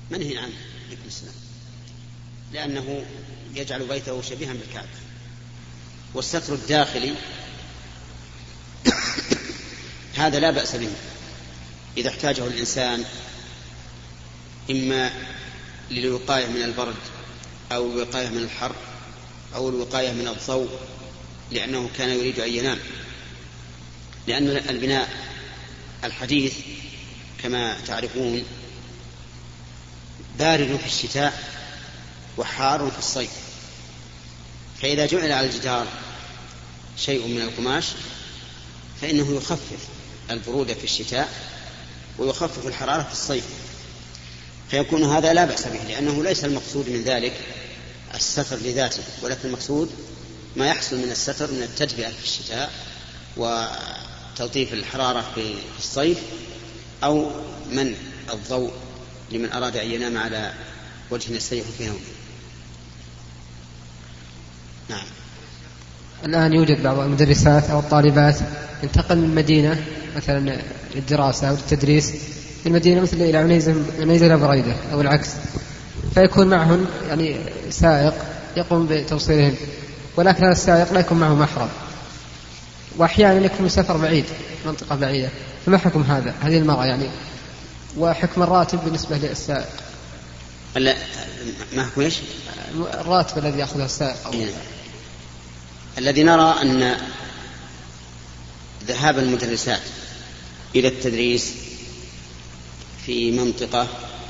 منهي عنه عليكم السلام، لأنه يجعل بيته شبيها بالكعبة. والستر الداخلي هذا لا بأس به إذا احتاجه الإنسان، إما للوقاية من البرد أو الوقاية من الحر أو الوقاية من الضوء، لأنه كان يريد أن ينام، لأن البناء الحديث كما تعرفون بارد في الشتاء وحار في الصيف، فإذا جعل على الجدار شيء من القماش فإنه يخفف البرودة في الشتاء ويخفف الحرارة في الصيف، فيكون هذا لا بأس به، لأنه ليس المقصود من ذلك الستر لذاته، ولكن المقصود ما يحصل من الستر من التدفئة في الشتاء وتلطيف الحرارة في الصيف، أو منع الضوء لمن أراد أن ينام على وجه يستريح في نومه. نعم. الآن يوجد بعض المدرسات أو الطالبات ينتقل من مدينة مثلا للدراسة أو للتدريس في المدينة مثل إلى عنيزة إلى بريدة أو العكس، فيكون معهم يعني سائق يقوم بتوصيلهم، ولكن هذا السائق لا يكون معه محرم، وأحيانا يكون سفر بعيد منطقة بعيدة، فما حكم هذه المرأة يعني، وحكم الراتب بالنسبة للسائق؟ ما حكم إيش؟ الراتب الذي يأخذه السائق الذي نرى أن ذهاب المدرسات إلى التدريس في منطقة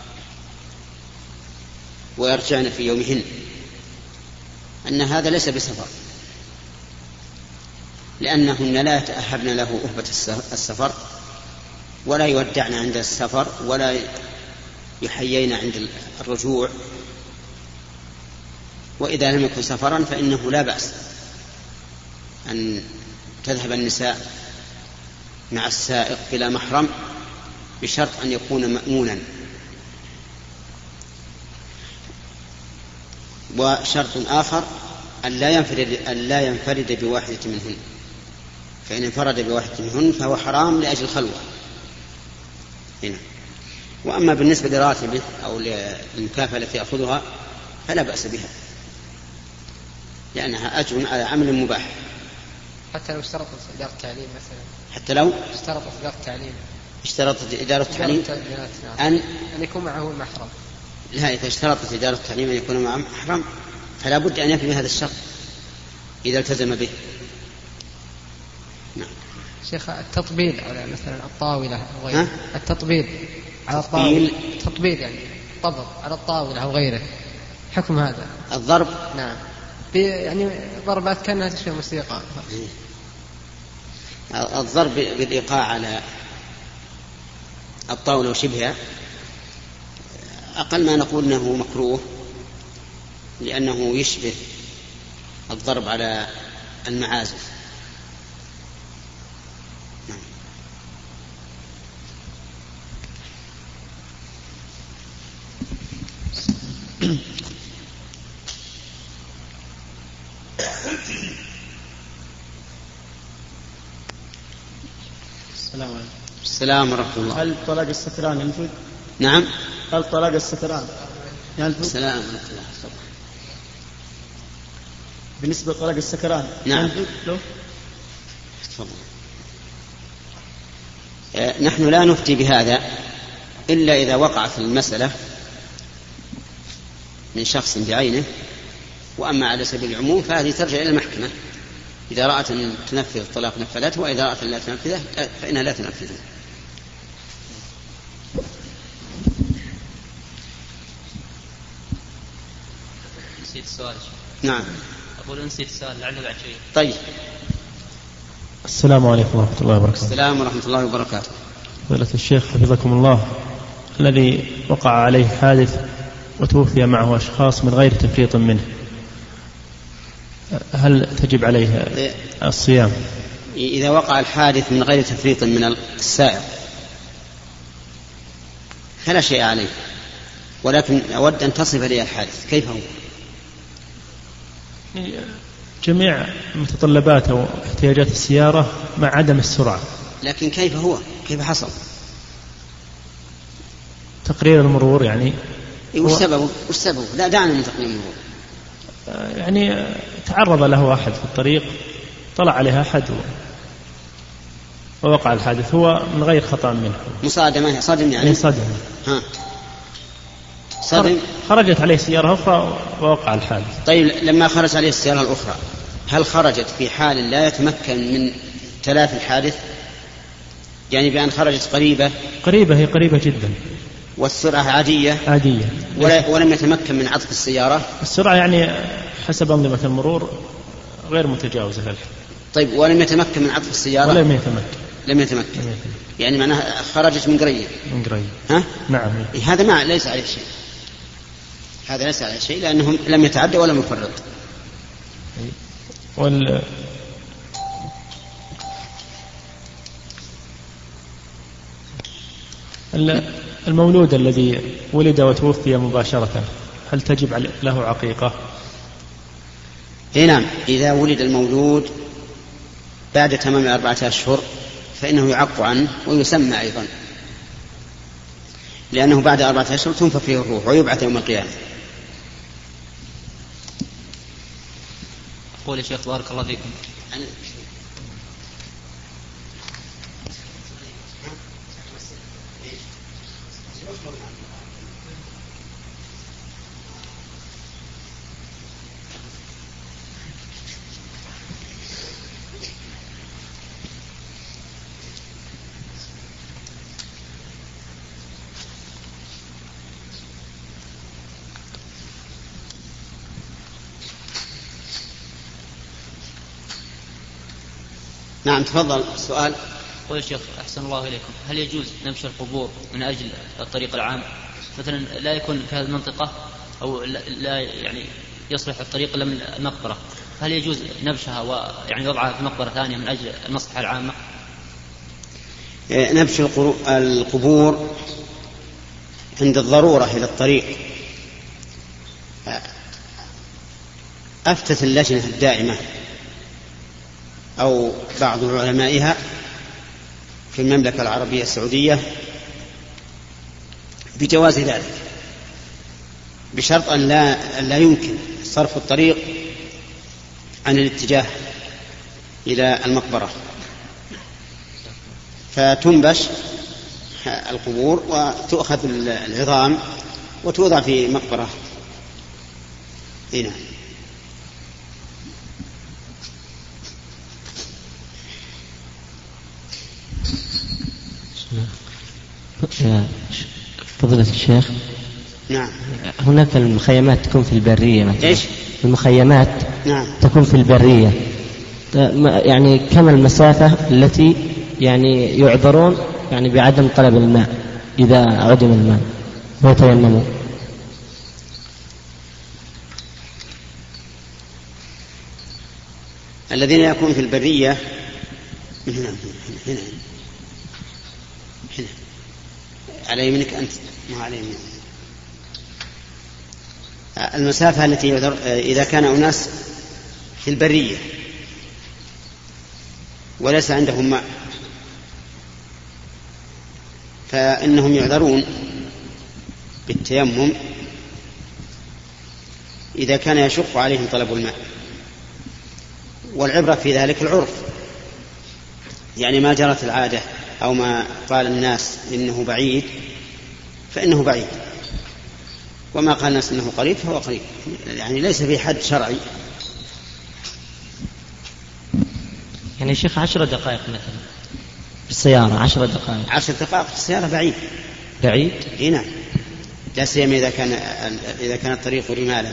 ويرجعن في يومهن أن هذا ليس بسفر، لأنهن لا يتأهبن له أهبة السفر، ولا يودعن عند السفر، ولا يحيين عند الرجوع. وإذا لم يكن سفرا فإنه لا بأس أن تذهب النساء مع السائق بلا محرم، بشرط أن يكون مأمونا. وشرط آخر أن لا ينفرد بواحدة منهن، فإن انفرد بواحدة منهن فهو حرام لأجل الخلوة هنا. وأما بالنسبة لراتبه أو للمكافأة التي يأخذها فلا بأس بها، لأنها أجر على عمل مباح. حتى لو اشترطت إدارة التعليم مثلا، حتى لو اشترطت إدارة التعليم أن يكون معه المحرم. لا، إذا اشترطت إدارة التعليم أن يكون معه محرم فلا بد أن يفي هذا الشرط إذا التزم به. نعم. شيخ، التطبيل على مثلا الطاولة أو غيره، التطبيل على الطاولة، التطبيل يعني طبق على الطاولة أو غيره، حكم هذا؟ الضرب؟ نعم، يعني ضربات كأنها تشبه موسيقى. الضرب بالإيقاع على الطاولة وشبهها أقل ما نقول أنه مكروه، لأنه يشبه الضرب على المعازف. السلام ورحمة الله. هل طلاق السكران ينفذ؟ نعم. هل طلاق السكران ينفذ؟ السلام ورحمة الله. بالنسبة لطلاق السكران نعم. ينفذ له؟ تفضل. نحن لا نفتي بهذا إلا إذا وقعت المسألة من شخص بعينه، وأما على سبيل العموم فهذه ترجع إلى المحكمة، إذا رأت أن تنفذ الطلاق نفذته، وإذا رأت أن لا تنفذه فإنها لا تنفذه. نسيت السؤال. نعم. أقول نسيت السؤال لعله بعد شوي. طيب. السلام عليكم ورحمة الله وبركاته. السلام ورحمة الله وبركاته. فضيلة الشيخ حفظكم الله، الذي وقع عليه حادث وتوفي معه أشخاص من غير تفريط منه، هل تجب عليه الصيام؟ إذا وقع الحادث من غير تفريط من السائق فلا شيء عليه، ولكن أود أن تصف لي الحادث كيف هو. جميع متطلبات أو احتياجات السيارة مع عدم السرعة. لكن كيف هو؟ كيف حصل؟ تقرير المرور يعني وش سببه؟ لا دعنا من تقديم المرور. يعني تعرض له أحد في الطريق، طلع عليها أحد ووقع الحادث، هو من غير خطأ منه. مصادمة، صدم يعني. صدم. صدم. خرجت عليه سيارة أخرى ووقع الحادث. طيب لما خرج عليه السيارة الأخرى هل خرجت في حال لا يتمكن من تلافي الحادث؟ يعني بأن خرجت قريبة. هي قريبة جدا، والسرعة عادية ولم يتمكن من عطف السيارة. السرعة يعني حسب أنظمة المرور غير متجاوزة للحد. طيب ولم يتمكن من عطف السيارة؟ لم يتمكن. يعني معناها خرجت من قريب. ها؟ نعم. هذا ليس عليه شيء. هذا ليس عليه شيء لأنهم لم يتعدى ولم يفرط. المولود الذي ولد وتوفي مباشرة هل تجب له عقيقة؟ نعم، إذا ولد المولود بعد تمام 4 أشهر فإنه يعق عنه ويسمى أيضا، لأنه بعد 4 أشهر تنفخ فيه الروح ويبعث يوم القيامة. أقول يا شيخ بارك الله فيكم، نعم تفضل السؤال. قول يا شيخ أحسن الله إليكم، هل يجوز نبش القبور من أجل الطريق العام؟ مثلا لا يكون في هذه المنطقة أو لا يعني يصلح الطريق إلا من المقبرة، هل يجوز نبشها ويعني وضعها في مقبرة ثانية من أجل المصلحة العامة؟ نبش القبور عند الضرورة إلى الطريق. أفتت اللجنة الدائمة أو بعض علمائها في المملكة العربية السعودية بجواز ذلك، بشرط أن لا يمكن صرف الطريق عن الاتجاه إلى المقبرة، فتنبش القبور وتؤخذ العظام وتوضع في مقبرة. هنا فضيلة الشيخ. نعم. هناك المخيمات تكون في البرية مثلا. إيش؟ المخيمات نعم. تكون في البرية، يعني كم المسافة التي يعني يعذرون يعني بعدم طلب الماء إذا عدم الماء ويتيمموا؟ الذين يكونون في البرية هنا على يمينك أنت، ما على يمينك. المسافة التي يعذر إذا كان أناس في البرية وليس عندهم ماء فإنهم يعذرون بالتيمم إذا كان يشق عليهم طلب الماء، والعبرة في ذلك العرف، يعني ما جرت العادة أو ما قال الناس إنه بعيد فإنه بعيد، وما قال الناس إنه قريب فهو قريب، يعني ليس في حد شرعي. يعني شيخ 10 دقائق مثلا بالسيارة، 10 دقائق. 10 دقائق في السيارة بعيد. إيه نعم، لا سيما إذا كان الطريق رمالا.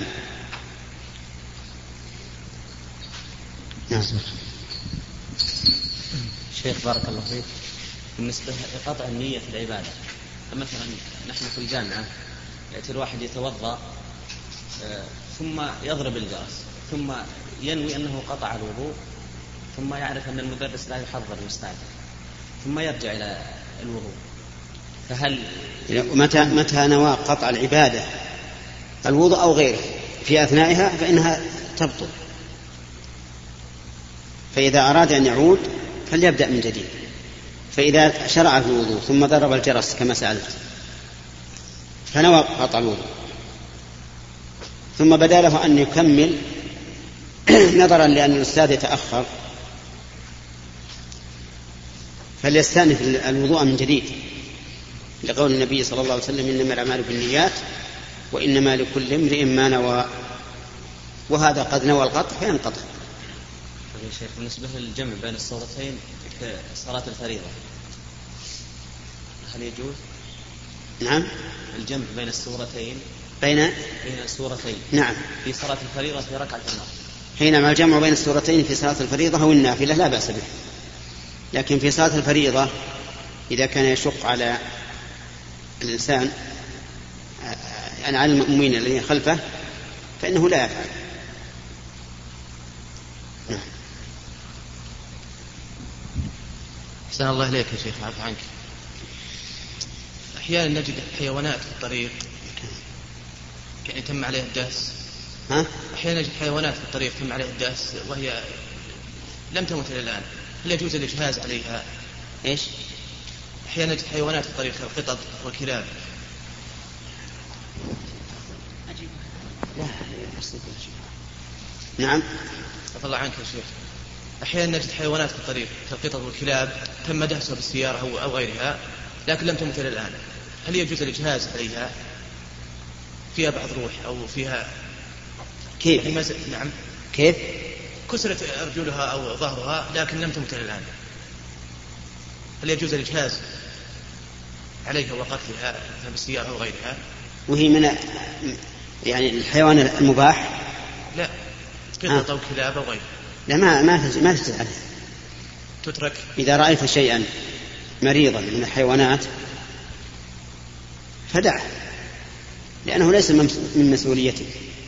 نعم. شيخ بارك الله فيك، بالنسبة لقطع النية في العبادة، مثلا نحن في الجامعة يأتي الواحد يتوضأ ثم يضرب الجرس ثم ينوي أنه قطع الوضوء، ثم يعرف أن المدرس لا يحضر المستعجل ثم يرجع إلى الوضوء، فهل متى نوى قطع العبادة الوضوء أو غيره في أثنائها فإنها تبطل، فإذا أراد أن يعود فليبدأ من جديد. فإذا شرع في الوضوء ثم ضرب الجرس كما سألت فنوى قطع الوضوء ثم بدا له أن يكمل نظرا لأن الأستاذ يتأخر، فليستأنف الوضوء من جديد لقول النبي صلى الله عليه وسلم: إنما الأعمال بالنيات وإنما لكل امرئ ما نوى. وهذا قد نوى القطع فينقطع. يا شيخ بالنسبة للجمع بين الصورتين في صلاة الفريضة هل يجوز؟ نعم، الجمع بين السورتين بين السورتين نعم في صلاة الفريضة في ركعة النافلة. حينما الجمع بين السورتين في صلاة الفريضة أو النافلة لا بأس به، لكن في صلاة الفريضة إذا كان يشق على الإنسان يعني على المؤمنين الذين خلفه فإنه لا يفعل. أحسن الله إليك يا شيخ، عفوا عنك. أحيانا نجد حيوانات في الطريق يعني تم عليها الداس. أحيانا نجد حيوانات في الطريق تم عليها الداس وهي لم تمت إلى الآن، هل يجوز الإجهاز عليها؟ إيش؟ أحيانا نجد حيوانات في الطريق القطط والكلاب. نعم. عفى الله عنك يا شيخ. أحيانا نجد حيوانات في الطريق كالقطط والكلاب تم دهسها بالسيارة أو غيرها لكن لم تمت إلى الآن، هل يجوز الإجهاز عليها؟ فيها بعض روح أو فيها كيف؟ نعم. كيف؟ كسرت أرجلها أو ظهرها لكن لم تمت إلى الآن، هل يجوز الإجهاز عليها وقتلها بالسيارة أو غيرها؟ وهي من يعني الحيوان المباح؟ لا، قطط أو كلاب أو غيرها. لا، ما تجعلها، تترك. إذا رأيت شيئا مريضا من الحيوانات فدعه، لأنه ليس من مسؤوليتك،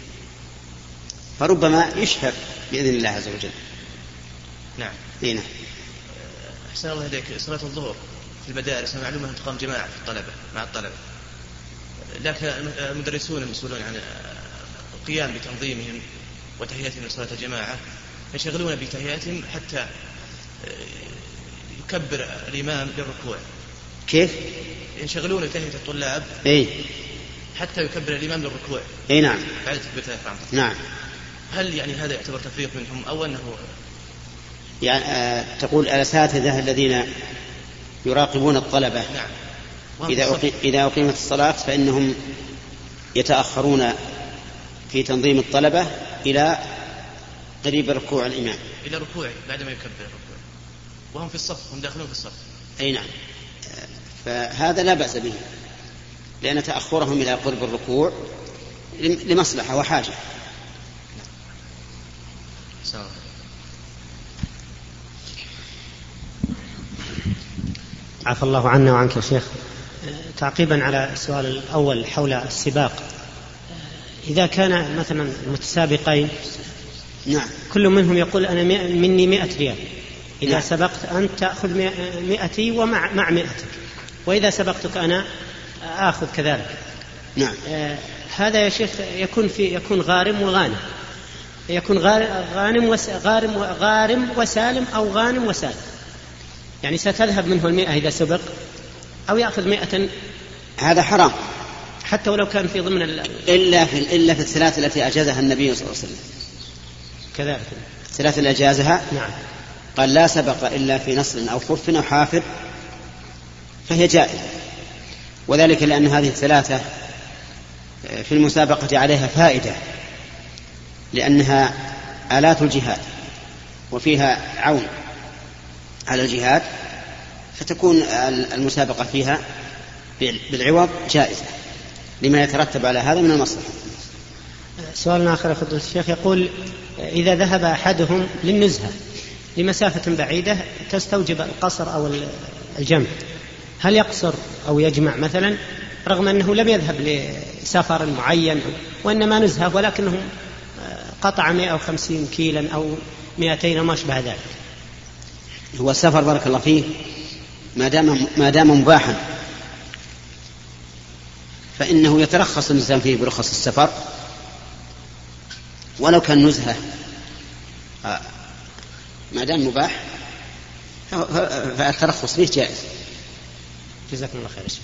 فربما يشهر بإذن الله عز وجل. نعم. هنا. أحسن الله إليك. صلاة الظهر في المدارس معلومة أن تقام جماعة في الطلبة مع الطلبة، لكن المدرسون المسؤولون عن القيام بتنظيمهم وتهيئتهم لصلاة الجماعة ينشغلون بتهيئتهم حتى يكبر الإمام للركوع. كيف؟ ينشغلون بتهيئة الطلاب حتى يكبر الإمام للركوع. نعم. بعد تكبيرة الإحرام. نعم. هل يعني هذا يعتبر تفريط منهم أو أنه يعني تقول الأساتذة الذين يراقبون الطلبة نعم. إذا أقيمت الصلاة فإنهم يتأخرون في تنظيم الطلبة إلى قريب ركوع الإمام، إلى ركوعه بعدما يكبر الركوع وهم في الصف، هم داخلون في الصف. نعم. فهذا لا بأس به، لأن تأخرهم إلى قرب الركوع لمصلحة وحاجة. عفى الله عنا وعنك يا شيخ. تعقيبا على السؤال الأول حول السباق، إذا كان مثلا متسابقين نعم كل منهم يقول أنا مني 100 ريال، إذا نعم. سبقت أنت تأخذ 100 ومع 100، وإذا سبقتك أنا آخذ كذلك. نعم. هذا يا شيخ يكون غارم وغانم، يكون غارم وسالم أو غانم وسالم، يعني ستذهب منه 100 إذا سبق أو يأخذ 100. هذا حرام حتى ولو كان في ضمن إلا في الثلاث التي أجازها النبي صلى الله عليه وسلم. كذلك الثلاث اللي أجازها نعم. قال لا سبق إلا في نصر أو خف أو حافر، فهي جائزة، وذلك لأن هذه الثلاثة في المسابقة عليها فائدة، لأنها آلات الجهاد وفيها عون على الجهاد، فتكون المسابقة فيها بالعوض جائزة لما يترتب على هذا من المصلحة. سؤال آخر يا فضيلة الشيخ، يقول إذا ذهب أحدهم للنزهة لمسافة بعيدة تستوجب القصر أو الجمع، هل يقصر أو يجمع مثلا رغم أنه لم يذهب لسفر معين وإنما نزهة ولكنه قطع 150 كيلا أو 200 وما شبه ذلك؟ هو السفر بارك الله فيه ما دام مباحا فإنه يترخص الإنسان فيه برخص السفر، ولو كان نزهة ما دام مباح فالترخص فيه جائز. جزاكم الله خير يا شيخ.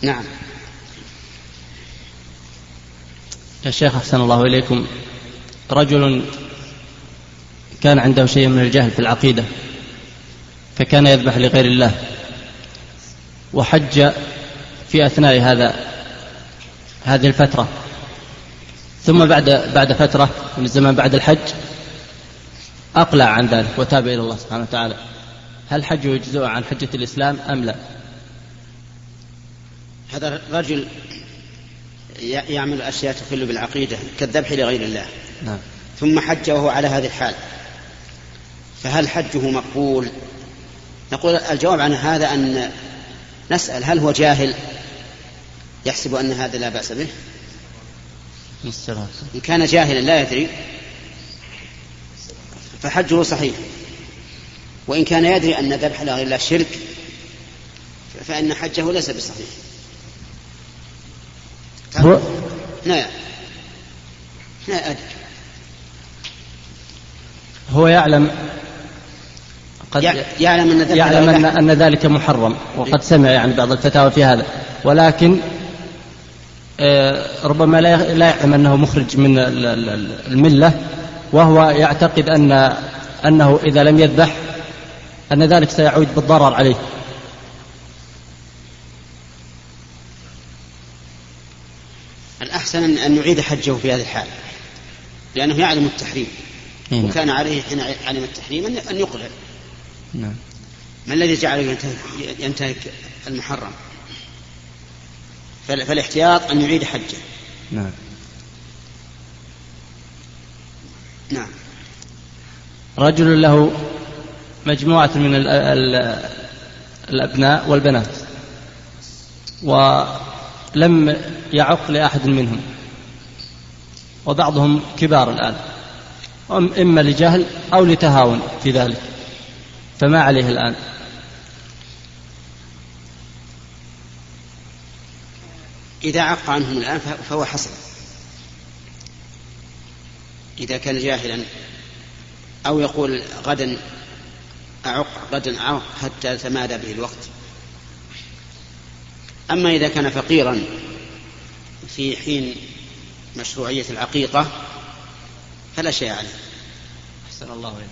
نعم. يا شيخ أحسن الله إليكم، رجل كان عنده شيء من الجهل في العقيدة فكان يذبح لغير الله، وحج في أثناء هذه الفترة، ثم بعد فترة من الزمان بعد الحج أقلع عن ذلك وتاب إلى الله سبحانه وتعالى، هل حجه يجزئ عن حجة الإسلام أم لا؟ هذا رجل يعمل أشياء تخل بالعقيدة كالذبح لغير الله. نعم. ثم حج وهو على هذه الحال، فهل حجه مقبول؟ نقول الجواب عن هذا أن نسأل هل هو جاهل يحسب أن هذا لا بأس به؟ إن كان جاهلا لا يدري فحجه صحيح، وإن كان يدري أن ذبح لغير الله شرك فإن حجه ليس بصحيح. لا أدري. هو يعلم أن ذلك محرم، وقد سمع يعني بعض الفتاوى في هذا، ولكن ربما لا يعلم أنه مخرج من الملة، وهو يعتقد أنه إذا لم يذبح أن ذلك سيعود بالضرر عليه. الأحسن أن يعيد حجه في هذه الحال، لأنه يعلم التحريم، وكان عليه حين علم التحريم أن يقلع. نعم. ما الذي جعله ينتهك المحرم؟ فالاحتياط أن يعيد حجه. نعم. نعم. رجل له مجموعة من الأبناء والبنات، ولم يعق لأحد منهم، وبعضهم كبار الآن، إما لجهل أو لتهاون في ذلك، فما عليه الآن؟ إذا عق عنهم الآن فهو حسن. إذا كان جاهلا أو يقول غدا أعق حتى تمادى به الوقت. أما إذا كان فقيرا في حين مشروعية العقيقة فلا شيء عليه. أحسن الله إليك.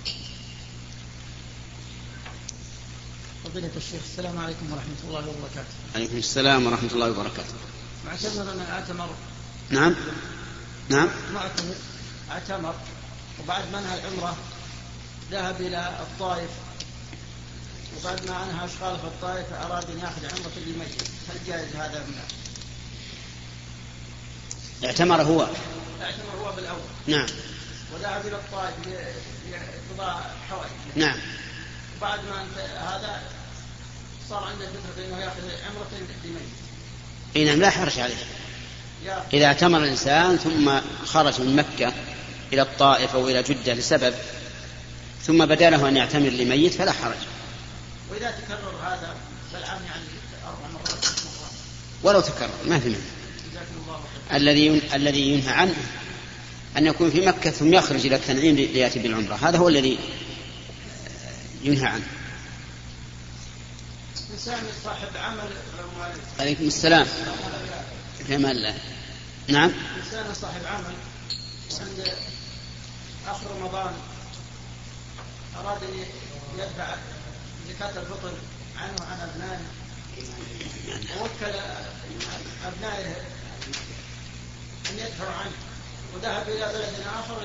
فضيلة الشيخ، السلام عليكم ورحمة الله وبركاته. عليكم السلام ورحمة الله وبركاته. معتمر من اعتمر. نعم. معتمر اعتمر وبعد ما انهى العمرة ذهب إلى الطائف، وبعد ما انهى أشغاله في الطائف أراد أن يأخذ عمرة للميت، هل جائز هذا من اعتمر هو بالأول. نعم. وذهب إلى الطائف لقضاء حوائج. نعم. بعد ما هذا صار عنده فكرة أنه يأخذ عمرة للميت. نعم، لا حرج عليه. إذا اعتمر الإنسان ثم خرج من مكة إلى الطائف أو إلى جدة لسبب ثم بدا له أن يعتمر لميت فلا حرج. وإذا تكرر هذا فالعام يعني 4 مرات ولو تكرر ما في منه. الذي ينهى عنه أن يكون في مكة ثم يخرج إلى التنعيم ليأتي بالعمرة، هذا هو الذي ينهى عنه. إنسان صاحب عمل. عليكم السلام. كما الله. نعم. إنسان صاحب عمل عند آخر رمضان أراد أن يدفع زكاة الفطر عنه وعن أبنائه، ووكل أبنائه أن يدفعوا عنه، وذهب إلى بلد آخر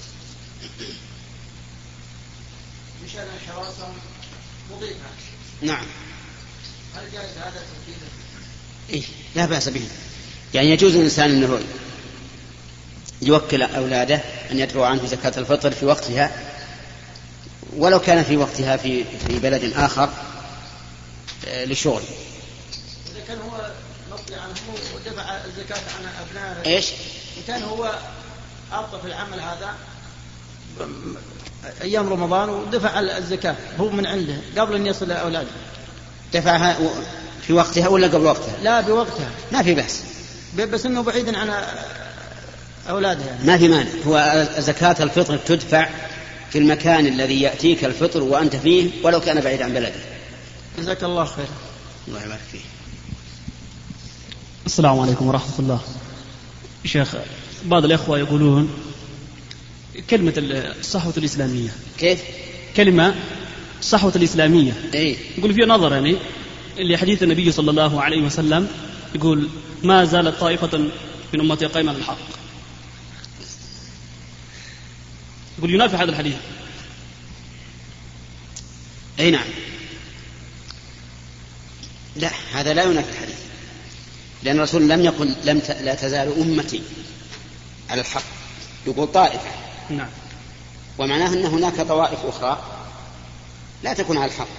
بشأن الحراسة مضيفة. نعم. هل جائز هذا تنفيذه؟ إيه، لا بأس به. يعني يجوز الإنسان أنه يوكل أولاده أن يدفعوا عنه زكاة الفطر في وقتها، ولو كان في وقتها في بلد آخر لشغل. إذا كان هو مطلع عنه ودفع الزكاة عن أبنائه، إيش؟ إن كان هو أبطأ العمل هذا أيام رمضان ودفع الزكاة هو من عنده قبل أن يصل لأولاده، دفعها في وقتها ولا قبل وقتها؟ لا بوقتها. ما في بأس، بس إنه بعيدا عن أولاده يعني. ما في مانع. هو زكاة الفطر تدفع في المكان الذي يأتيك الفطر وأنت فيه ولو كان بعيد عن بلده. جزاك الله خير. الله يبارك فيه. السلام عليكم ورحمة الله. شيخ، بعض الإخوة يقولون كلمة الصحوة الإسلامية. كيف؟ كلمة الصحوة الإسلامية. إيه؟ يقول فيها نظر يعني لحديث النبي صلى الله عليه وسلم، يقول ما زالت طائفة من أمتي قائمة بالحق. يقول ينافي هذا الحديث. أي نعم. لا، هذا لا ينافي الحديث، لأن الرسول لم يقل لا تزال أمتي على الحق، يقول طائفة. نعم. ومعناه أن هناك طوائف أخرى لا تكون على الحق،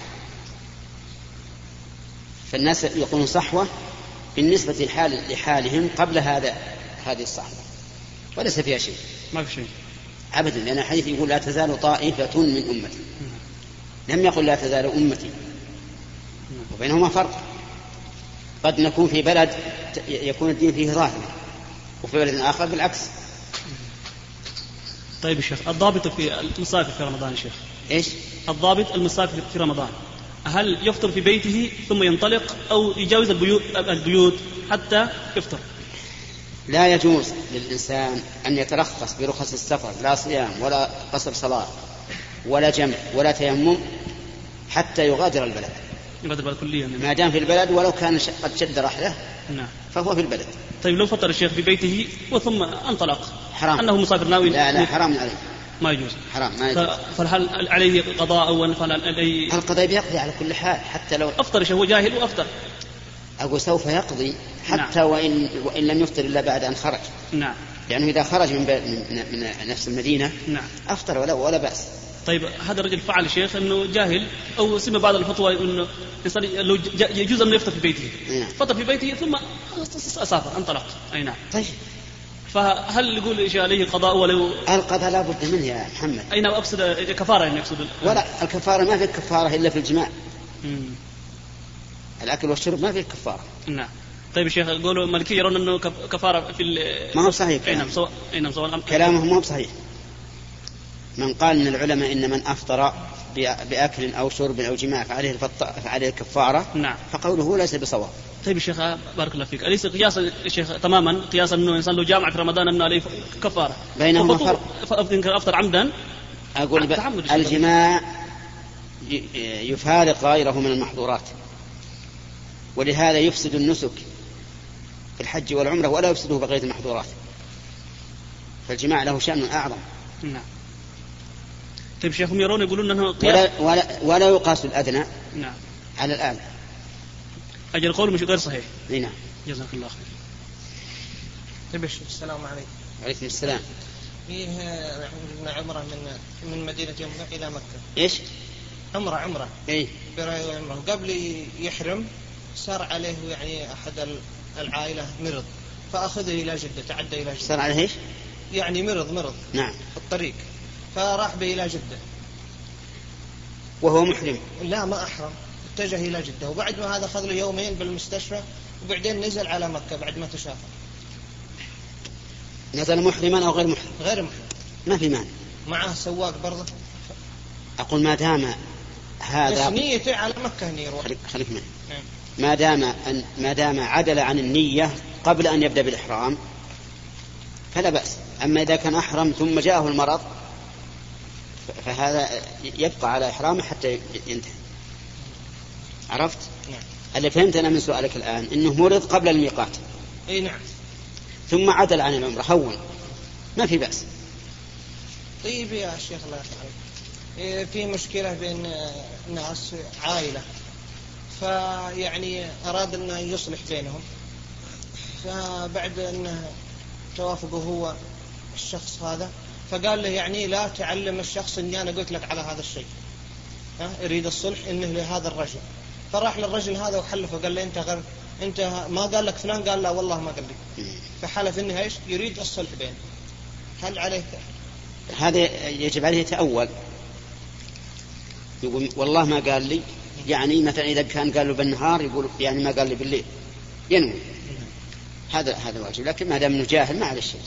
فالناس يقولون صحوة بالنسبة لحالهم قبل هذه الصحوة، وليس فيها شيء. ما في شيء أبدا، لأن الحديث يقول لا تزال طائفة من أمتي، لم يقل لا تزال أمتي، وبينهما فرق. قد نكون في بلد يكون الدين فيه ظاهر، وفي بلد آخر بالعكس. طيب الشيخ، الضابط في المسافر في رمضان يا شيخ إيش؟ الضابط المسافر في رمضان هل يفطر في بيته ثم ينطلق أو يجاوز البيوت حتى يفطر؟ لا يجوز للإنسان أن يترخص برخص السفر، لا صيام ولا قصر صلاة ولا جمع ولا تيمم حتى يغادر البلد. يغادر البلد كليا ما دام في البلد، ولو كان قد شد رحله. نعم. فهو في البلد. طيب لو فطر الشيخ في بيته وثم انطلق، حرام. أنه مسافر ناوي؟ لا حرام عليه، ما يجوز. حرام ما يجوز. فهل عليه قضاء أو عليه؟ القضاء بيقضي على كل حال، حتى لو أفطر الشيخ هو جاهل وأفطر. أقول سوف يقضي حتى. نعم. وإن لم يفطر إلا بعد أن خرج. نعم. لأنه إذا خرج من نفس المدينة، نعم، أفطر ولا بأس. طيب هذا الرجل فعل الشيخ أنه جاهل أو سمع بعض الفتوى أنه لو يجوز أن يفطر في بيته. نعم. فطر في بيته ثم أسافر انطلق. أي نعم. طيب فهل يقول إيش عليه قضاء ولو؟ القضاء لا بد منه يا محمد. أين أقصد كفارة يعني يقصد؟ ولا الكفارة ما في كفارة إلا في الجماع. الأكل والشرب ما في كفارة. نعم. طيب الشيخ، يقولوا المالكية يرون أنه كفارة في ما هو صحيح. أي نعم سواء كلامه ما هو صحيح. من قال من العلماء إن من أفطر بأكل أو شرب أو جماع فعليه الكفارة، نعم، فقوله ليس بصواب. طيب الشيخ بارك الله فيك، أليس قياسا الشيخ تماما قياسا أنه إنسان لو جامع في رمضان أنه عليه كفارة؟ بينهما فرق. أفطر عمدا. أقول الجماع يفارق غيره من المحظورات، ولهذا يفسد النسك في الحج والعمرة ولا يفسده بقية المحظورات، فالجماع له شأن أعظم. نعم. طيب شيخهم يرون يقولون أنه ولا يقاس الأدنى، نعم، على الآن. أجل قول مش غير صحيح. نعم. جزاك الله خير. طيب السلام عليكم. وعليكم السلام. فيه عمرة من مدينة يمنى إلى مكة. إيش؟ عمرة. إيه. قبل يحرم صار عليه يعني أحد العائلة مرض، فأخذه إلى جدة، تعدى إلى جدة. صار عليه إيش؟ يعني مرض. نعم. في الطريق، فراح به إلى جدة وهو محرم. لا ما أحرم، اتجه إلى جدة، وبعد ما هذا أخذ له يومين بالمستشفى، وبعدين نزل على مكة بعد ما تشافى. نزل محرما أو غير محرم؟ غير محرم. ما في مانع. معه سواق برضه. أقول ما دام هذا نيته على مكة أن يروح. خليك معي. ما دام عدل عن النية قبل أن يبدأ بالإحرام فلا بأس. أما إذا كان أحرم ثم جاءه المرض فهذا يبقى على إحرامه حتى ينتهي. عرفت؟ نعم. اللي فهمت أنا من سؤالك الآن إنه مرض قبل الميقات. أي نعم. ثم عدل عن العمرة، هون ما في بأس. طيب يا شيخ الله يرحمك، في مشكلة بين ناس عائلة، فيعني أراد أن يصلح بينهم، فبعد أن توافقه هو الشخص هذا، فقال له يعني لا تعلم الشخص أني أنا قلت لك على هذا الشيء، يريد الصلح إنه لهذا الرجل. فراح للرجل هذا وحلفه، قال له أنت ما قال لك فلان؟ قال لا والله ما قال لي. فحلف إنه إيش يريد الصلح بينه. هل عليه هذا يجب عليه يتأول، يقول والله ما قال لي، يعني مثلا إذا كان قال له بالنهار يقول يعني ما قال لي بالليل، ينوي. هذا واجب، لكن ما دام انه جاهل ما عليه شيء.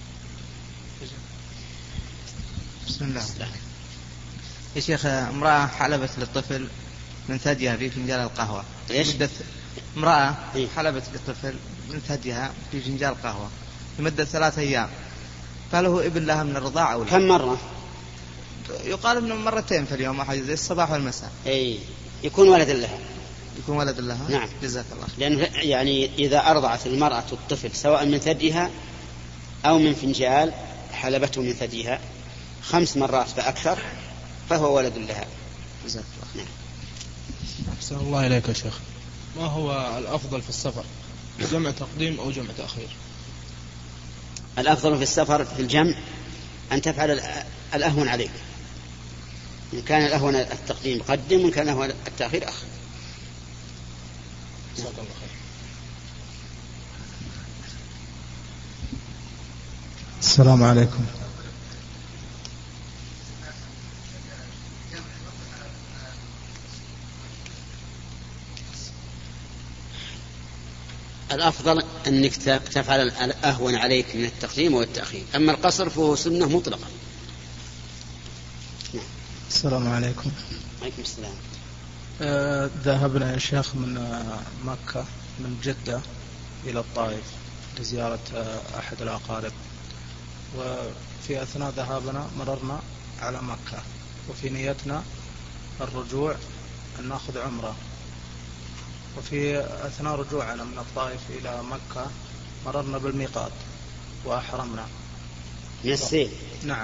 بسم الله. يا شيخ، امرأة حلبت للطفل من ثديها في فنجان القهوة امرأة حلبت بطفل من ثديها في فنجان قهوة لمدة 3 أيام، فهل هو ابن لها من الرضاعة أو لا؟ كم مرة؟ يقال انه 2 مرتين في اليوم، واحد زي الصباح والمساء. اي يكون ولد لها. يكون ولد لها. نعم. جزاك الله. لأنه يعني إذا أرضعت المرأة الطفل سواء من ثديها أو من فنجال حلبته من ثديها 5 مرات فأكثر فهو ولد لها. جزاك الله. نعم. أحسن الله إليك يا شيخ. ما هو الأفضل في السفر؟ جمع تقديم أو جمع تأخير؟ الأفضل في السفر في الجمع أن تفعل الأهون عليك. إن كان الأهون التقديم قدم، وإن كان الأهون التأخير أخر. جزاك الله خير. السلام عليكم. الأفضل أنك تفعل الأهون عليك من التقديم والتأخير. أما القصر فهو سنة مطلقة. السلام عليكم. عليكم السلام. ذهبنا يا شيخ من مكة من جدة إلى الطائف لزيارة أحد الأقارب، وفي أثناء ذهابنا مررنا على مكة، وفي نيتنا الرجوع أن نأخذ عمرة، وفي أثناء رجوعنا من الطائف إلى مكة مررنا بالميقات وأحرمنا من السيل. نعم.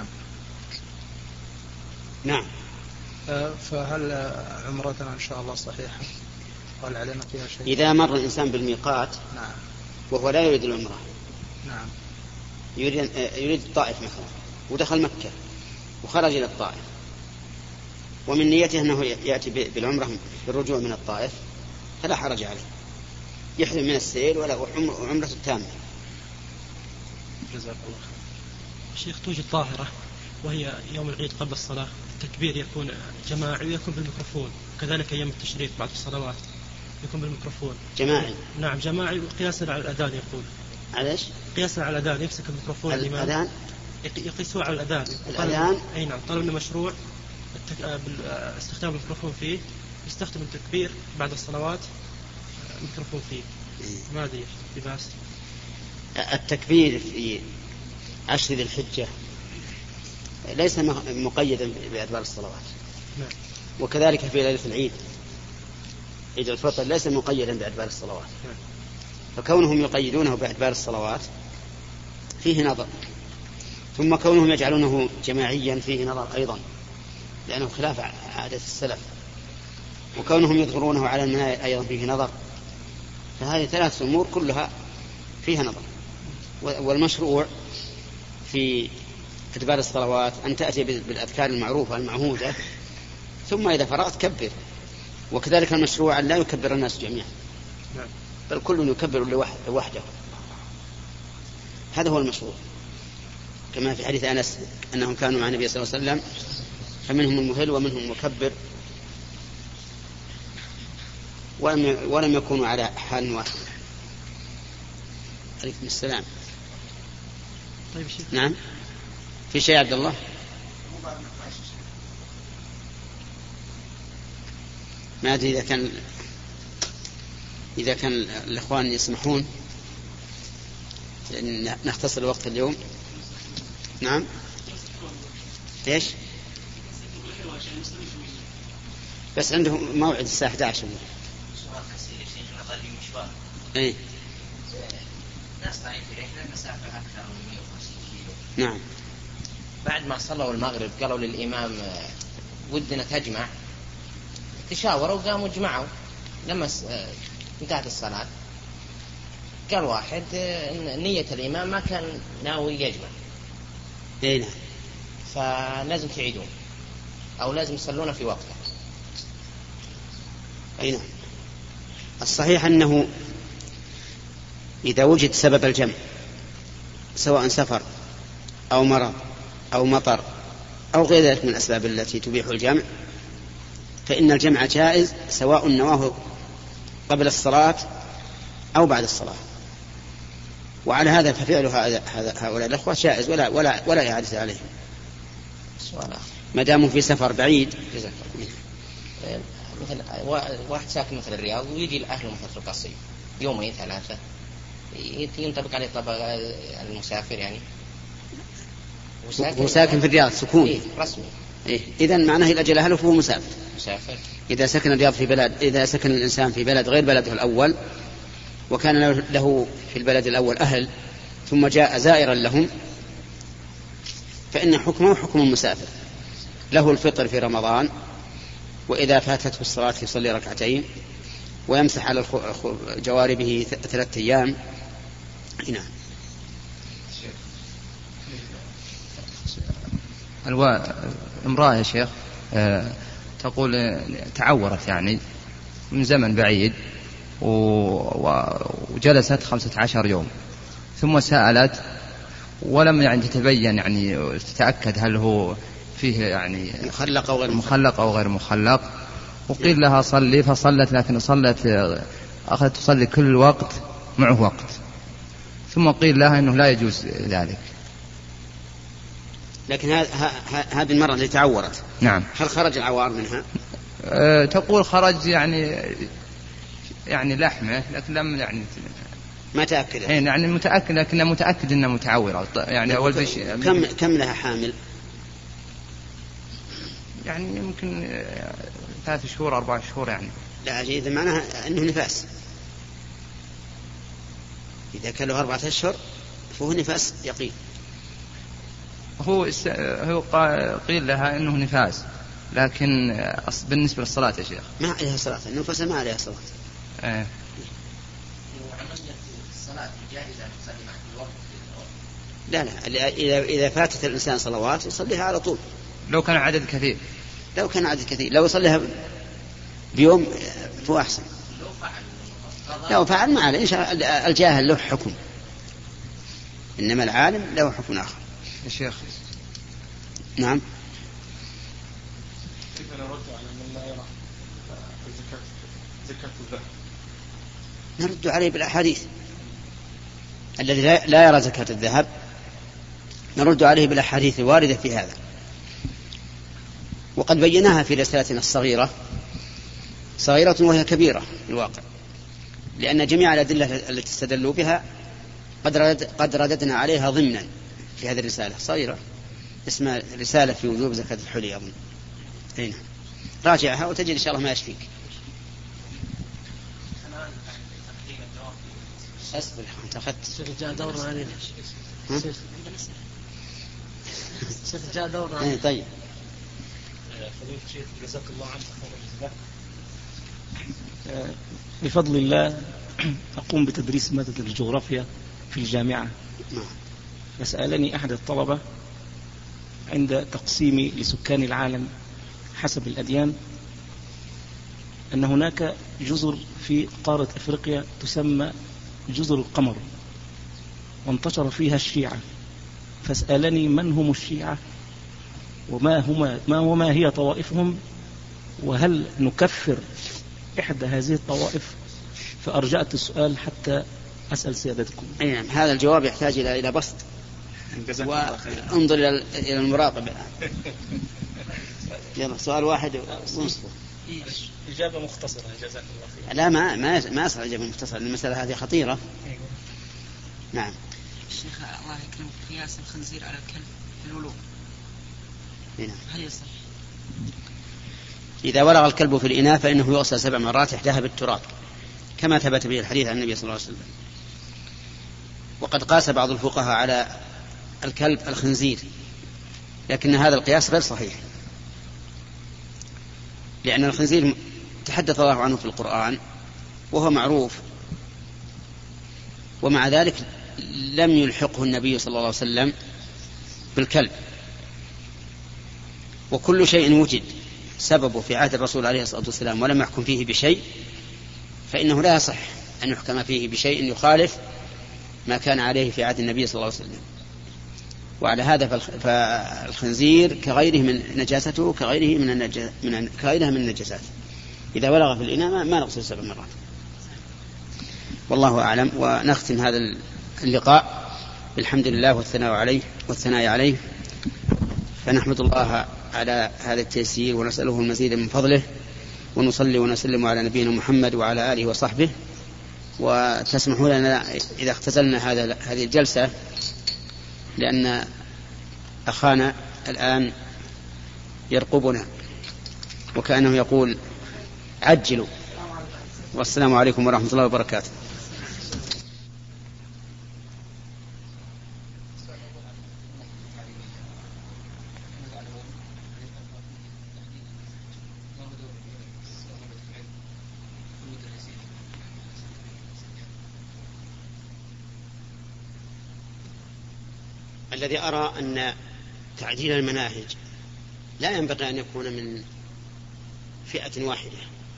نعم. فهل عمرتنا إن شاء الله صحيحة؟ هل علينا فيها شيء؟ إذا مر الإنسان بالميقات نعم وهو لا يريد العمرة، نعم، يريد الطائف مثلا ودخل مكة وخرج إلى الطائف ومن نيته أنه يأتي بالعمرة بالرجوع من الطائف فلا حرج عليه، يحرم من السيل ولا عمرة تامة. جزاك الله خير. شيخ، توجد ظاهرة وهي يوم العيد قبل الصلاة التكبير يكون جماعي ويكون بالميكروفون، كذلك أيام التشريق بعد الصلوات يكون بالميكروفون جماعي. نعم جماعي، وقياسا على الأذان يقول. عليش؟ قياسا على الأذان يمسك الميكروفون الأذان يقيسوه على الأذان. الأذان أي نعم. طلب لنا مشروع استخدام الميكروفون فيه، يستخدم التكبير بعد الصلوات الميكروفون فيه. ما أدري بباس. التكبير في 10 ذي الحجة ليس مقيدا بأدبار الصلوات. نعم. وكذلك في ليلة العيد عيد الفطر ليس مقيدا بأدبار الصلوات. نعم. فكونهم يقيدونه بأدبار الصلوات فيه نظر، ثم كونهم يجعلونه جماعيا فيه نظر أيضا لأنه خلاف عادة السلف، وكونهم يظهرونه على المنايا أيضا فيه نظر. فهذه 3 أمور كلها فيها نظر. والمشروع في أدبار الصلوات أن تأتي بالأذكار المعروفة المعهودة، ثم إذا فرغت كبر. وكذلك المشروع أن لا يكبر الناس جميعا، بل كل يكبر لوحده. هذا هو المشروع، كما في حديث أنس أنهم كانوا مع النبي صلى الله عليه وسلم فمنهم المهل ومنهم المكبر ولم يكونوا على حال واحد. عليكم السلام. طيب شيخ. نعم. في شيء عبد الله؟ ما أدري إذا كان الإخوان يسمحون نختصر الوقت اليوم. نعم. إيش؟ بس عنده موعد الساعة 11. إيه. ناس طالعين في رحلة مسافة أكثر من 150 كيلو. نعم. بعد ما صلوا المغرب قالوا للإمام ودنا تجمع، تشاوروا وقاموا جمعوا. لما انتهت الصلاة قال واحد نية الإمام ما كان ناوي يجمع. إيه نعم. فلازم تعيدون أو لازم يصلون في وقته. أي نعم. الصحيح أنه إذا وجد سبب الجمع سواء سفر أو مرض أو مطر أو غير ذلك من الأسباب التي تبيح الجمع، فإن الجمع جائز سواء نواه قبل الصلاة أو بعد الصلاة. وعلى هذا ففعل هؤلاء الأخوة جائز ولا إعادة عليهم ما داموا في سفر بعيد. مثل واحد ساكن مثل الرياض ويجي لأهله مثل في القصيم يومين 3 ينطبق عليه طبق المسافر يعني هو ساكن في الرياض سكون رسمي. إذا معناه إذا أجل أهله فهو مسافر. إذا سكن الرياض في بلد، إذا سكن الإنسان في بلد غير بلده الأول وكان له في البلد الأول أهل ثم جاء زائرا لهم فإن حكمه حكم المسافر، له الفطر في رمضان، وإذا فاتته الصلاة يصلي 2 ركعتين ويمسح على جواربه 3 أيام. نعم. امرأة يا شيخ تقول تعورت يعني من زمن بعيد وجلست 15 يوم ثم سألت ولم يعني تتبين يعني تتأكد هل هو فيه يعني مخلق أو غير مخلق، وقيل لها صلي فصلت، لكن أخذت تصلي كل وقت معه وقت، ثم قيل لها أنه لا يجوز ذلك. لكن هذه المرة التي تعورت نعم هل خرج العوار منها؟ تقول خرج يعني لحمه، لكن لم يعني ما تأكد يعني متأكد، لكنه متأكد أنه متعورة يعني. أول كم لها حامل؟ يعني يمكن 3 شهور 4 شهور يعني. لا إذا معناها أنه نفاس، إذا كان له 4 أشهر فهو نفاس يقين. هو قيل لها أنه نفاس، لكن بالنسبة للصلاة يا شيخ ما عليها صلاة، النفاس ما عليها صلاة. لا إذا فاتت الإنسان صلوات يصليها على طول. لو كان عدد كثير لو يصليها بيوم فهو أحسن. لو فعل ما عليه، الجاهل له حكم، إنما العالم له حكم آخر. يا شيخ نعم. كيف نرد على من لا يرى زكاة الذهب؟ نرد عليه بالأحاديث. الذي لا يرى زكاة الذهب نرد عليه بالأحاديث الواردة في هذا، وقد بيناها في رسالتنا الصغيرة، صغيرة وهي كبيرة في الواقع، لأن جميع الأدلة التي استدلوا بها قد رددنا عليها ضمنا في هذه الرسالة صغيرة اسمها رسالة في وجوب زكاة الحلي أظن. هنا راجعها وتجد إن شاء الله ما يشفيك. أصبر أنت أخذت جاء دورنا علينا. جاء دورنا علينا. طيب. فضيلة الشيخ جزاك الله عنك خير. بفضل الله أقوم بتدريس مادة الجغرافيا في الجامعة. فسألني أحد الطلبة عند تقسيمي لسكان العالم حسب الأديان أن هناك جزر في قارة أفريقيا تسمى جزر القمر، وانتشر فيها الشيعة، فسألني من هم الشيعة وما هي طوائفهم، وهل نكفر إحدى هذه الطوائف؟ فأرجعت السؤال حتى أسأل سيادتكم. نعم، هذا الجواب يحتاج إلى بسط، وانظر إلى المراقبة. يلا سؤال واحد ونصفه. إجابة مختصرة جزاك الله خير. لا ما أصل إجابة مختصرة، المسألة هذه خطيرة. نعم. الشيخ الله يكرمك، قياس الخنزير على الكلب في الولوغ هل يصح؟ إذا ولغ الكلب في الإناء فإنه يغسل 7 مرات إحداها بالتراب، كما ثبت به الحديث عن النبي صلى الله عليه وسلم. وقد قاس بعض الفقهاء على الكلب الخنزير، لكن هذا القياس غير صحيح، لأن الخنزير تحدث الله عنه في القرآن وهو معروف، ومع ذلك لم يلحقه النبي صلى الله عليه وسلم بالكلب. وكل شيء وجد سببه في عهد الرسول عليه الصلاة والسلام ولم يحكم فيه بشيء فإنه لا يصح أن يحكم فيه بشيء يخالف ما كان عليه في عهد النبي صلى الله عليه وسلم. وعلى هذا فالخنزير كغيره من نجاسته كغيرها من النجاسات، إذا ولغ في الإناء ما نغسل 7 مرات. والله أعلم. ونختم هذا اللقاء بالحمد لله والثناء عليه، فنحمد الله على هذا التيسير ونسأله المزيد من فضله، ونصلي ونسلم على نبينا محمد وعلى آله وصحبه. وتسمحوا لنا إذا اختزلنا هذه الجلسة لأن أخانا الآن يرقبنا وكأنه يقول عجلوا. والسلام عليكم ورحمة الله وبركاته. الذي أرى أن تعديل المناهج لا ينبغي أن يكون من فئة واحدة،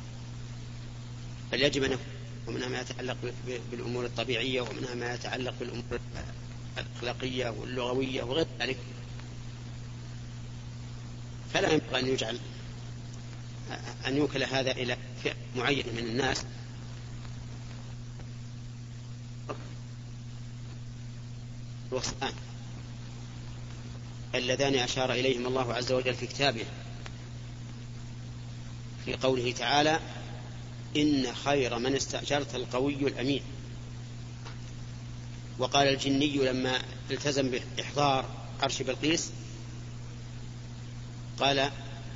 بل يجب أن يكون ومنها ما يتعلق بالأمور الطبيعية ومنها ما يتعلق بالأمور الأخلاقية واللغوية وغير ذلك. فلا ينبغي أن يجعل أن يوكل هذا إلى فئة معينة من الناس. الوصفان اللذان أشار إليهم الله عز وجل في كتابه في قوله تعالى: إن خير من استأجرت القوي الأمين. وقال الجني لما التزم بإحضار عرش بلقيس قال: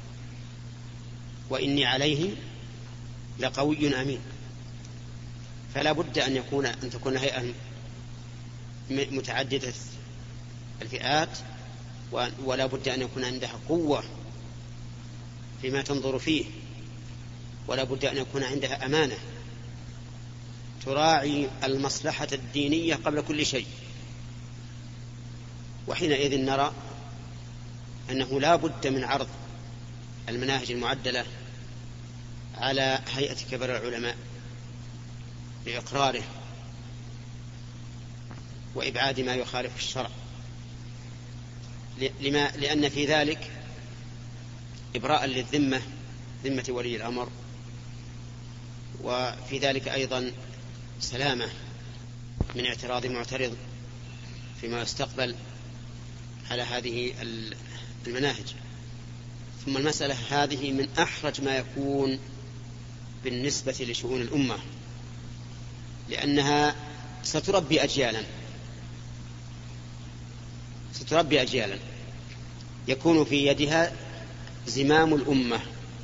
وإني عليه لقوي أمين. فلا بد أن تكون هيئة متعددة الفئات، ولا بد أن يكون عندها قوة فيما تنظر فيه، ولا بد أن يكون عندها أمانة تراعي المصلحة الدينية قبل كل شيء. وحينئذ نرى أنه لا بد من عرض المناهج المعدلة على هيئة كبار العلماء لإقراره وإبعاد ما يخالف الشرع، لأن في ذلك إبراء للذمة، ذمة ولي الأمر، وفي ذلك أيضا سلامة من اعتراض معترض فيما يستقبل على هذه المناهج. ثم المسألة هذه من أحرج ما يكون بالنسبة لشؤون الأمة، لأنها ستربي أجيالا يكون في يدها زمام الأمة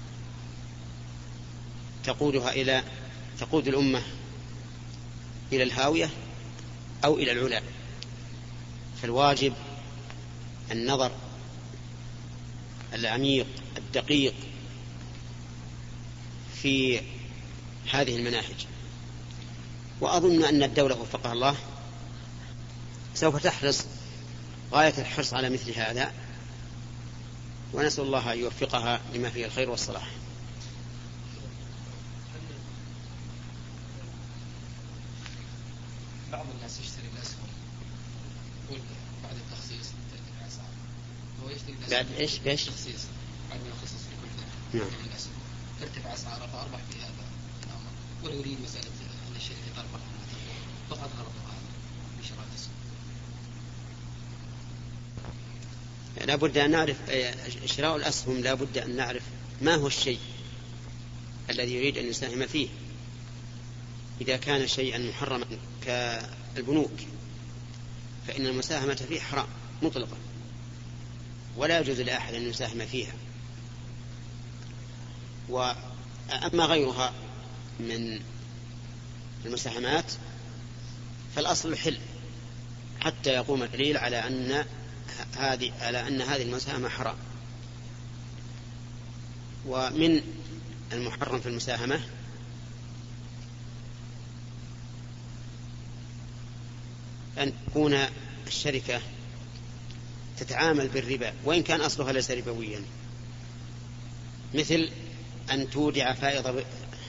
تقود الأمة إلى الهاوية أو إلى العلا. فالواجب النظر العميق الدقيق في هذه المناهج. وأظن أن الدولة وفقها الله سوف تحرص غاية الحرص على مثل هذا، ونسأل الله أن يوفقها لما فيه الخير والصلاح. بعض الناس يشتري الأسهم بعد التخصيص هو يشتري بعد إيش؟ تخصيص بعد ما يخصص في كل ذلك الأسهم ترتفع أسعارها فأربح في هذا الأمر، ولا يريد مسألة أن الشركة تربح فقط غرضها هذا بشراء الأسهم. لا بد أن نعرف شراء الأسهم، لا بد أن نعرف ما هو الشيء الذي يريد أن يساهم فيه. إذا كان شيئا محرما كالبنوك فإن المساهمة فيه حرام مطلقا، ولا يجوز لأحد أن يساهم فيها. وأما غيرها من المساهمات فالأصل الحل حتى يقوم الدليل على أن هذه المساهمة حرام. ومن المحرم في المساهمة أن تكون الشركة تتعامل بالربا وإن كان أصلها ليس ربويا، مثل أن تودع فائض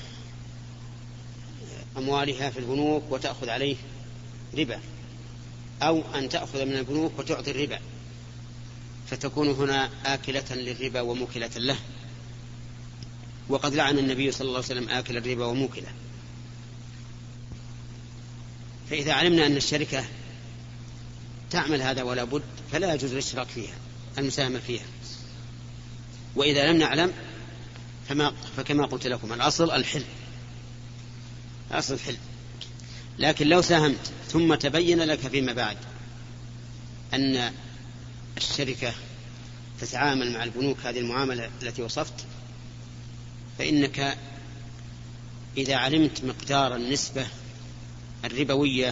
أموالها في البنوك وتأخذ عليه ربا، أو أن تأخذ من البنوك وتعطي الربا، فتكون هنا آكلة للربا وموكلة له. وقد لعن النبي صلى الله عليه وسلم آكل الربا وموكله. فإذا علمنا أن الشركة تعمل هذا ولا بد فلا يجوز الاشتراك فيها، المساهمة فيها. وإذا لم نعلم فكما قلت لكم الأصل الحل، أصل الحل. لكن لو ساهمت ثم تبين لك فيما بعد أن الشركة تتعامل مع البنوك هذه المعاملة التي وصفت، فإنك إذا علمت مقدار النسبة الربوية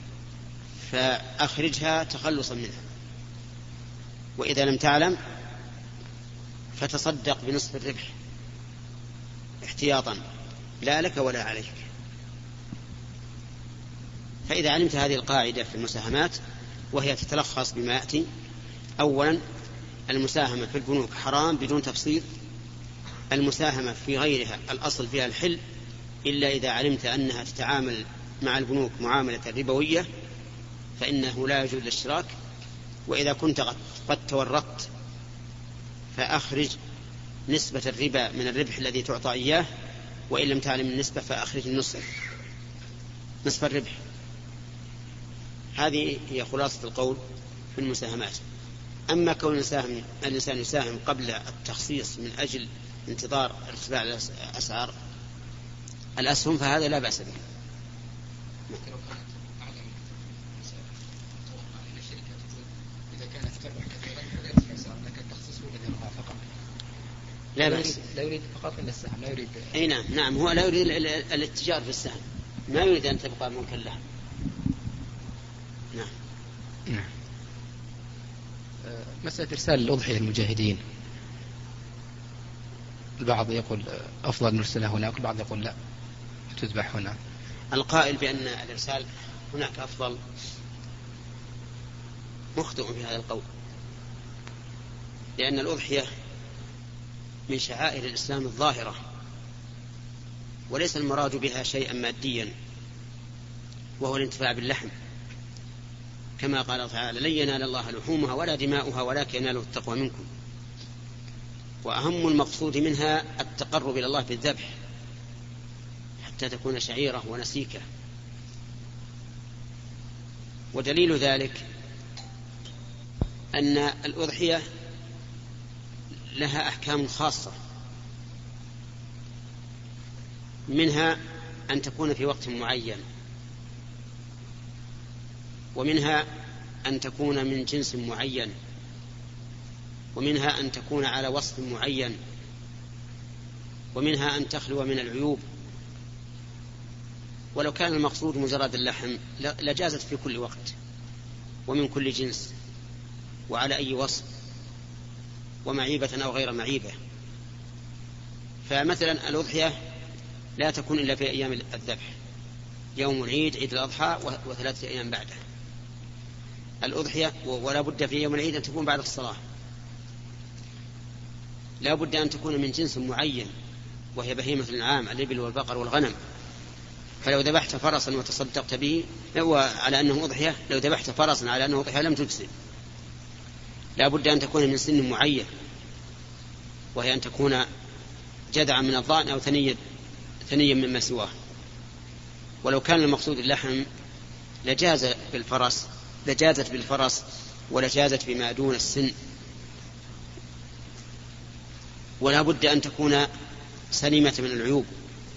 فأخرجها تخلصا منها، وإذا لم تعلم فتصدق بنصف الربح احتياطا لا لك ولا عليك. فإذا علمت هذه القاعدة في المساهمات، وهي تتلخص بما يأتي: أولا المساهمة في البنوك حرام بدون تفصيل، المساهمة في غيرها الأصل فيها الحل إلا إذا علمت أنها تتعامل مع البنوك معاملة ربوية فإنه لا يجوز الاشتراك، وإذا كنت قد تورطت فأخرج نسبة الربا من الربح الذي تعطى إياه، وإن لم تعلم النسبة فأخرج نصف الربح. هذه هي خلاصة القول في المساهمات. أما كون الإنسان يساهم قبل التخصيص من أجل انتظار ارتفاع أسعار الأسهم فهذا لا بأس به. لا بأس. لا يريد فقط إلا السهم، لا يريد. أي نعم هو لا يريد الاتجار في السهم، ما يريد أن تبقى ملكا له. نعم. مسألة إرسال الأضحية للمجاهدين، البعض يقول أفضل نرسلها هناك، البعض يقول لا تذبح هنا. القائل بأن الإرسال هناك أفضل مخطئ في هذا القول، لأن الأضحية من شعائر الإسلام الظاهرة، وليس المراد بها شيئا ماديا وهو الانتفاع باللحم، كما قال تعالى: لن ينال الله لحومها ولا دماؤها ولكن يناله التقوى منكم. وأهم المقصود منها التقرب إلى الله بالذبح حتى تكون شعيرة ونسيكة. ودليل ذلك أن الأضحية لها أحكام خاصة، منها أن تكون في وقت معين، ومنها أن تكون من جنس معين، ومنها أن تكون على وصف معين، ومنها أن تخلو من العيوب. ولو كان المقصود مجرد اللحم لجازت في كل وقت ومن كل جنس وعلى أي وصف ومعيبة أو غير معيبة. فمثلا الأضحية لا تكون إلا في أيام الذبح، يوم العيد، عيد الأضحى، وثلاثة أيام بعده. الأضحية ولا بد في يوم العيد أن تكون بعد الصلاة، لا بد أن تكون من جنس معين وهي بهيمة الأنعام، الإبل والبقر والغنم. فلو ذبحت فرسا وتصدقت به على أنه أضحية، لو ذبحت فرسا على أنه أضحية لم تجزئ. لا بد أن تكون من سن معين، وهي أن تكون جذعا من الضأن أو ثنيا مما سواه. ولو كان المقصود اللحم لجازت بالفرس ولجازت بما دون السن. ولا بد أن تكون سليمة من العيوب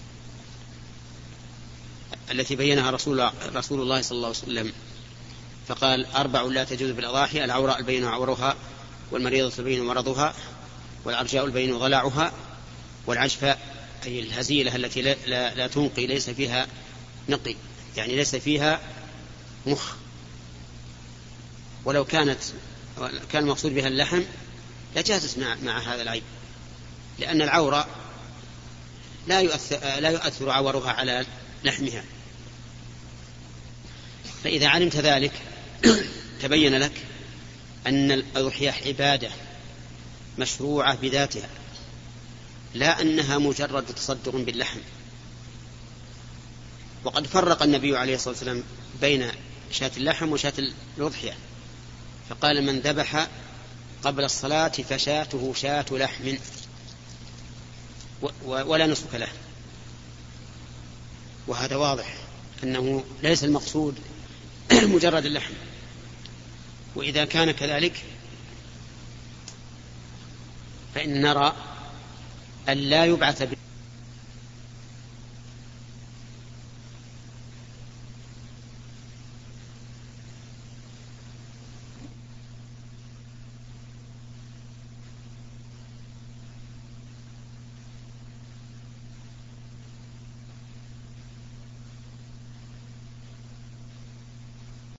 التي بينها رسول الله صلى الله عليه وسلم، فقال: 4 لا تجوز بالأضاحي: العوراء البين عورها، والمريضة البين مرضها، والعرجاء البين ضلعها، والعجفاء أي الهزيلة التي لا تنقي، ليس فيها نقي، يعني ليس فيها مخ. ولو كان المقصود بها اللحم لجازت مع هذا العيب، لأن العورة لا يؤثر عورها على لحمها. فإذا علمت ذلك تبين لك أن الأضحية عبادة مشروعة بذاتها، لا أنها مجرد تصدق باللحم. وقد فرق النبي عليه الصلاة والسلام بين شاة اللحم وشاة الأضحية، فقال: من ذبح قبل الصلاة فشاته شاة لحم ولا نسك له. وهذا واضح أنه ليس المقصود مجرد اللحم. وإذا كان كذلك فإن نرى أن لا يبعث